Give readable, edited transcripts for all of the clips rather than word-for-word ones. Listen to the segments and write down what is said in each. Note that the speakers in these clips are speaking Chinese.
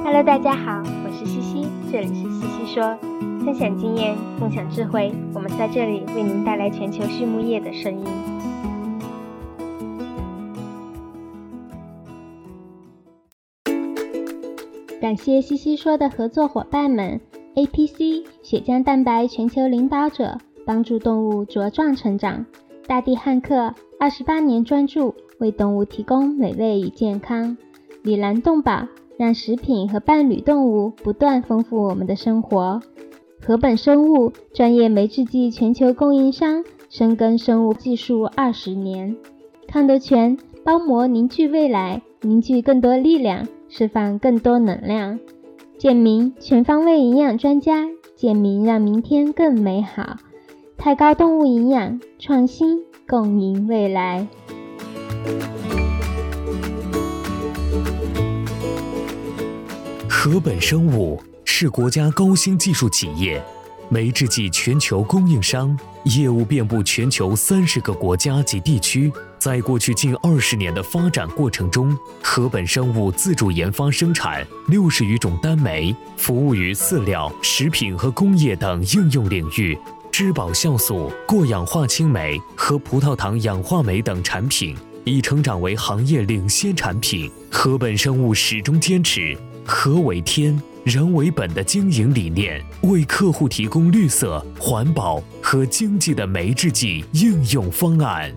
Hello， 大家好，我是西西，这里是西西说，分享经验，共享智慧，我们在这里为您带来全球畜牧业的声音。感谢西西说的合作伙伴们 APC 血浆蛋白全球领导者，帮助动物茁壮成长；大地汉克28年专注为动物提供美味与健康；里兰动保让食品和伴侣动物不断丰富我们的生活；禾本生物专业酶制剂全球供应商，深耕生物技术20年；康德全包膜凝聚未来，凝聚更多力量，释放更多能量；健明全方位营养专家，健明让明天更美好；太高动物营养创新，共赢未来。 禾本生物是国家高新技术企业，酶制剂全球供应商，业务遍布全球30个国家及地区。在过去近20年的发展过程中，禾本生物自主研发生产60余种单酶，服务于饲料、食品和工业等应用领域。质保酵素、过氧化氢酶和葡萄糖氧化酶等产品已成长为行业领先产品。禾本生物始终坚持禾为天，人为本的经营理念，为客户提供绿色、环保和经济的酶制剂应用方案。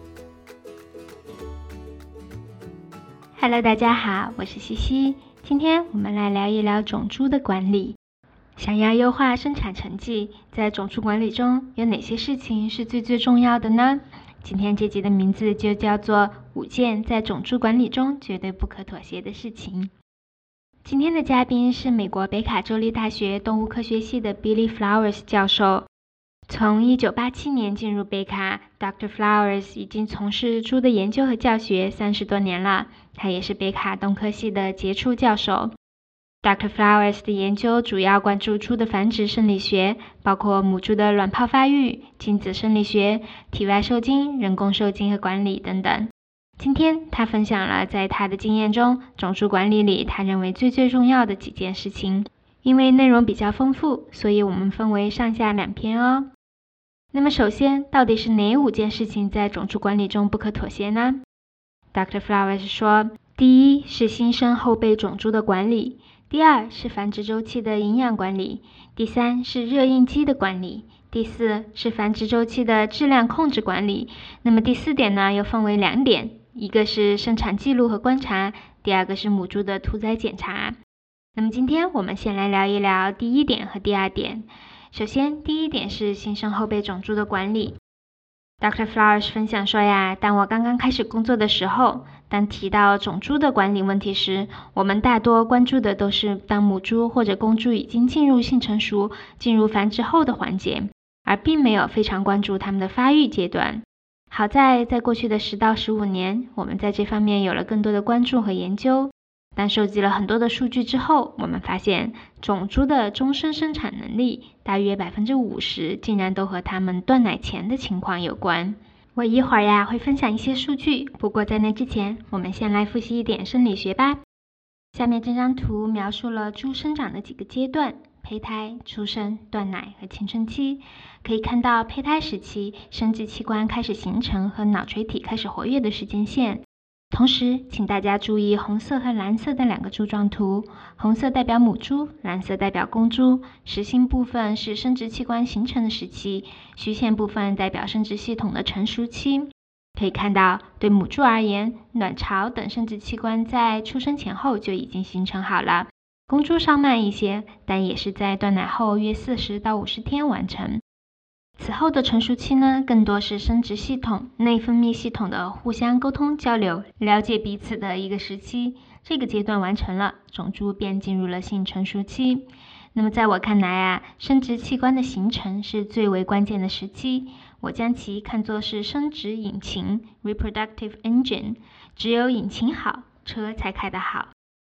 Hello， 大家好，我是西西。今天我们来聊一聊种猪的管理。想要优化生产成绩，在种猪管理中有哪些事情是最重要的呢？今天这集的名字就叫做5件在种猪管理中绝对不可妥协的事情。今天的嘉宾是美国北卡州立大学动物科学系的 Billy Flowers 教授。从1987年进入北卡， Dr. Flowers 已经从事猪的研究和教学30多年了，他也是北卡动科系的杰出教授。Dr. Flowers 的研究主要关注猪的繁殖生理学，包括母猪的卵泡发育、精子生理学、体外受精、人工受精和管理等等。今天他分享了在他的经验中，种猪管理里他认为最重要的几件事情。因为内容比较丰富，所以我们分为上下2篇哦。那么首先，到底是哪5件事情在种猪管理中不可妥协呢？ Dr. Flowers 说，第一是新生后备种猪的管理，第2是繁殖周期的营养管理，第3是热应激的管理，第4是繁殖周期的质量控制管理。那么第4点呢，又分为2点，一个是生产记录和观察，第2个是母猪的屠宰检查。那么今天我们先来聊一聊第1点和第2点。首先，第1点是新生后备种猪的管理。Dr. Flowers 分享说呀，当我刚刚开始工作的时候，当提到种猪的管理问题时，我们大多关注的都是当母猪或者公猪已经进入性成熟、进入繁殖后的环节，而并没有非常关注它们的发育阶段。好在过去的10到15年，我们在这方面有了更多的关注和研究。当收集了很多的数据之后，我们发现种猪的终身生产能力大约 50% 竟然都和它们断奶前的情况有关。我一会儿会分享一些数据，不过在那之前，我们先来复习一点生理学吧。下面这张图描述了猪生长的几个阶段：胚胎、出生、断奶和青春期。可以看到胚胎时期生殖器官开始形成和脑垂体开始活跃的时间线。同时，请大家注意红色和蓝色的2个柱状图，红色代表母猪，蓝色代表公猪。实心部分是生殖器官形成的时期，虚线部分代表生殖系统的成熟期。可以看到，对母猪而言，卵巢等生殖器官在出生前后就已经形成好了。公猪稍慢一些，但也是在断奶后约40到50天完成。此后的成熟期呢，更多是生殖系统、内分泌系统的互相沟通交流，了解彼此的一个时期。这个阶段完成了，种猪便进入了性成熟期。那么在我看来生殖器官的形成是最为关键的时期，我将其看作是生殖引擎 （reproductive engine）， 只有引擎好，车才开得好。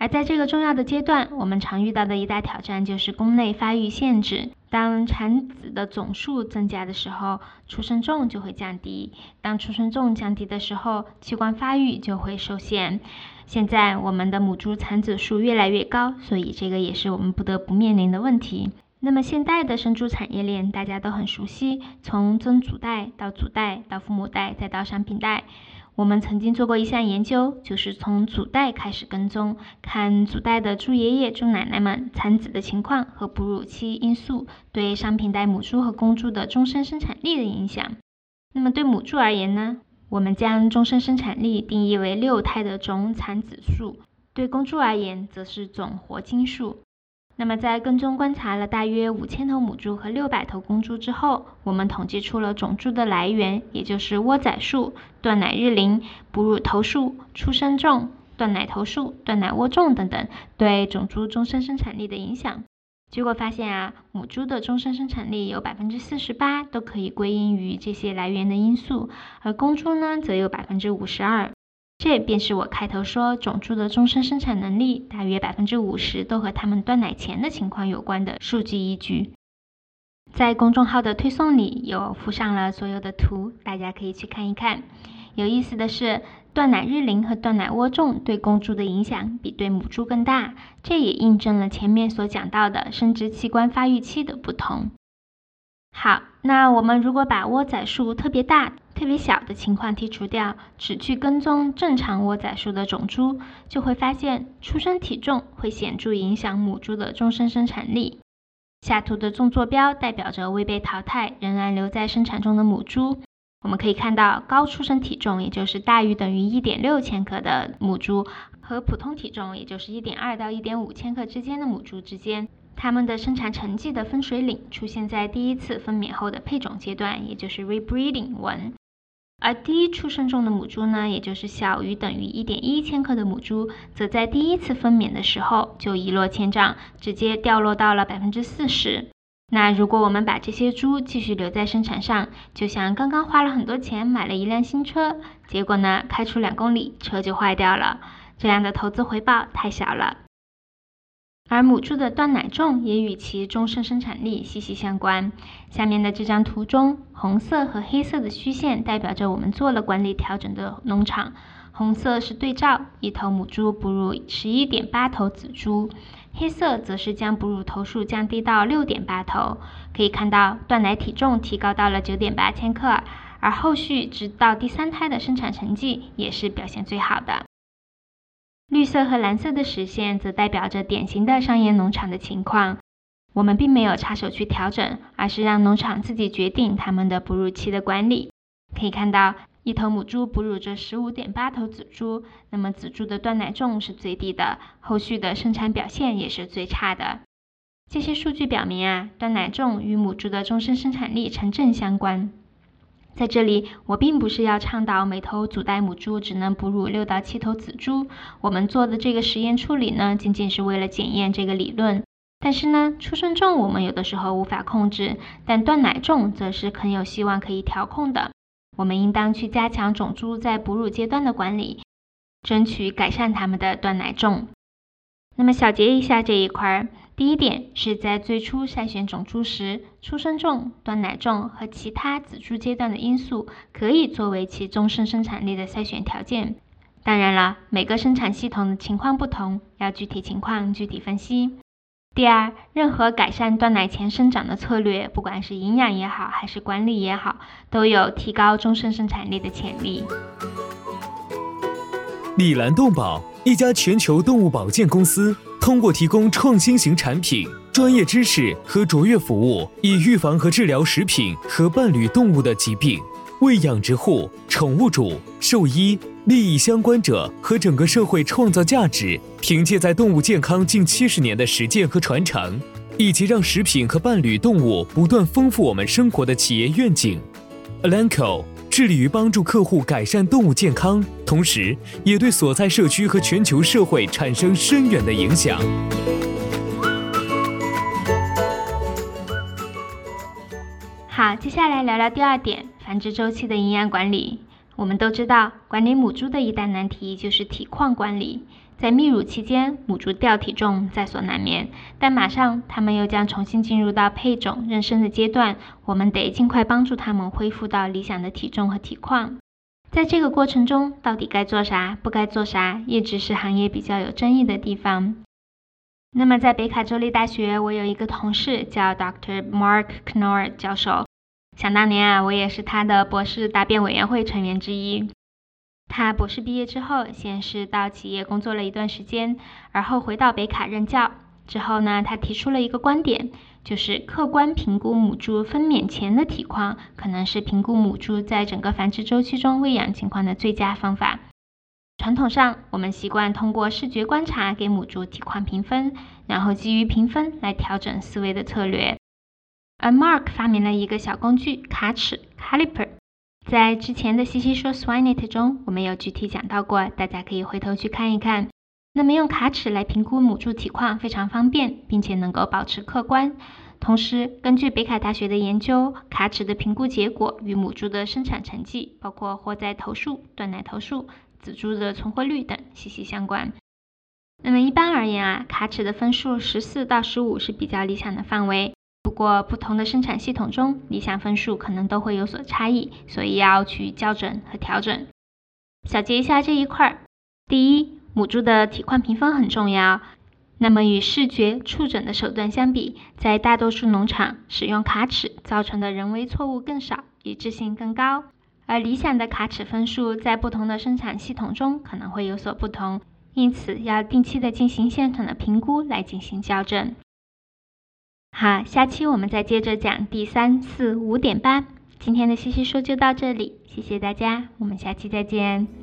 而在这个重要的阶段，我们常遇到的一大挑战就是宫内发育限制。当产子的总数增加的时候，出生重就会降低；当出生重降低的时候，器官发育就会受限。现在我们的母猪产子数越来越高，所以这个也是我们不得不面临的问题。那么现代的生猪产业链大家都很熟悉，从曾祖代到祖代到父母代再到商品代。我们曾经做过一项研究，就是从祖代开始跟踪，看祖代的猪爷爷、猪奶奶们产子的情况和哺乳期因素对商品代母猪和公猪的终身生产力的影响。那么对母猪而言呢，我们将终身生产力定义为6胎的总产子数，对公猪而言则是总活精数。那么在跟踪观察了大约5000头母猪和600头公猪之后，我们统计出了种猪的来源，也就是窝仔数、断奶日龄、哺乳头数、出生重、断奶头数、断奶窝重等等对种猪终身生产力的影响。结果发现母猪的终身生产力有 48% 都可以归因于这些来源的因素，而公猪呢则有 52%。这便是我开头说种猪的终身生产能力大约 50% 都和它们断奶前的情况有关的数据依据。在公众号的推送里有附上了所有的图，大家可以去看一看。有意思的是，断奶日龄和断奶窝重对公猪的影响比对母猪更大，这也印证了前面所讲到的生殖器官发育期的不同。好，那我们如果把窝仔数特别大、特别小的情况剔除掉，只去跟踪正常窝仔数的种猪，就会发现出生体重会显著影响母猪的终身生产力。下图的纵坐标代表着未被淘汰、仍然留在生产中的母猪。我们可以看到，高出生体重，也就是大于等于 1.6 千克的母猪，和普通体重，也就是 1.2 到 1.5 千克之间的母猪之间，它们的生产成绩的分水岭出现在第一次分娩后的配种阶段，也就是 rebreeding 1。而低出生重的母猪呢，也就是小于等于 1.1 千克的母猪，则在第一次分娩的时候就一落千丈，直接掉落到了 40%。那如果我们把这些猪继续留在生产上，就像刚刚花了很多钱买了一辆新车，结果呢开出2公里车就坏掉了，这样的投资回报太小了。而母猪的断奶重也与其终身生产力息息相关。下面的这张图中，红色和黑色的虚线代表着我们做了管理调整的农场，红色是对照一头母猪哺乳 11.8 头子猪，黑色则是将哺乳头数降低到 6.8 头。可以看到断奶体重提高到了 9.8 千克，而后续直到第3胎的生产成绩也是表现最好的。绿色和蓝色的实线则代表着典型的商业农场的情况，我们并没有插手去调整，而是让农场自己决定他们的哺乳期的管理。可以看到，一头母猪哺乳着 15.8 头子猪，那么子猪的断奶重是最低的，后续的生产表现也是最差的。这些数据表明断奶重与母猪的终身生产力成正相关。在这里，我并不是要倡导每头祖代母猪只能哺乳6到7头子猪，我们做的这个实验处理呢，仅仅是为了检验这个理论。但是呢，出生重我们有的时候无法控制，但断奶重则是很有希望可以调控的。我们应当去加强种猪在哺乳阶段的管理，争取改善它们的断奶重。那么小结一下这一块，第一点是在最初筛选种猪时，出生重、断奶重和其他子猪阶段的因素可以作为其终身生产力的筛选条件。当然了，每个生产系统的情况不同，要具体情况具体分析。第二，任何改善断奶前生长的策略，不管是营养也好，还是管理也好，都有提高终身生产力的潜力。 李兰动保，一家全球动物保健公司，通过提供创新型产品、专业知识和卓越服务，以预防和治疗食品和伴侣动物的疾病，为养殖户、宠物主、兽医、利益相关者和整个社会创造价值。凭借在动物健康近70年的实践和传承，以及让食品和伴侣动物不断丰富我们生活的企业愿景， Elanco 致力于帮助客户改善动物健康，同时也对所在社区和全球社会产生深远的影响。 好，接下来聊聊第二点，繁殖周期的营养管理。我们都知道，管理母猪的一大难题就是体况管理。 在泌乳期间，母猪掉体重在所难免，但马上它们又将重新进入到配种妊娠的阶段，我们得尽快帮助它们恢复到理想的体重和体况。在这个过程中，到底该做啥，不该做啥，一直是行业比较有争议的地方。那么在北卡州立大学，我有一个同事叫 Dr. Mark Knorr 教授，想当年我也是他的博士答辩委员会成员之一。他博士毕业之后，先是到企业工作了一段时间，而后回到北卡任教。之后呢，他提出了一个观点，就是客观评估母猪分娩前的体况，可能是评估母猪在整个繁殖周期中喂养情况的最佳方法。传统上，我们习惯通过视觉观察给母猪体况评分，然后基于评分来调整思维的策略。而 Mark 发明了一个小工具卡尺 Caliper， 在之前的西西说 Swineit 中，我们有具体讲到过，大家可以回头去看一看。那么用卡尺来评估母猪体况非常方便，并且能够保持客观。同时，根据北卡大学的研究，卡尺的评估结果与母猪的生产成绩，包括活宰头数、断奶头数、仔猪的存活率等息息相关。那么一般而言卡尺的分数14到15是比较理想的范围。不过不同的生产系统中，理想分数可能都会有所差异，所以要去校准和调整。小结一下这一块。第一，母猪的体况评分很重要。那么与视觉、触诊的手段相比，在大多数农场使用卡尺造成的人为错误更少，一致性更高。而理想的卡尺分数在不同的生产系统中可能会有所不同，因此要定期的进行现场的评估来进行校正。好，下期我们再接着讲第3、4、5.8。今天的西西说就到这里，谢谢大家，我们下期再见。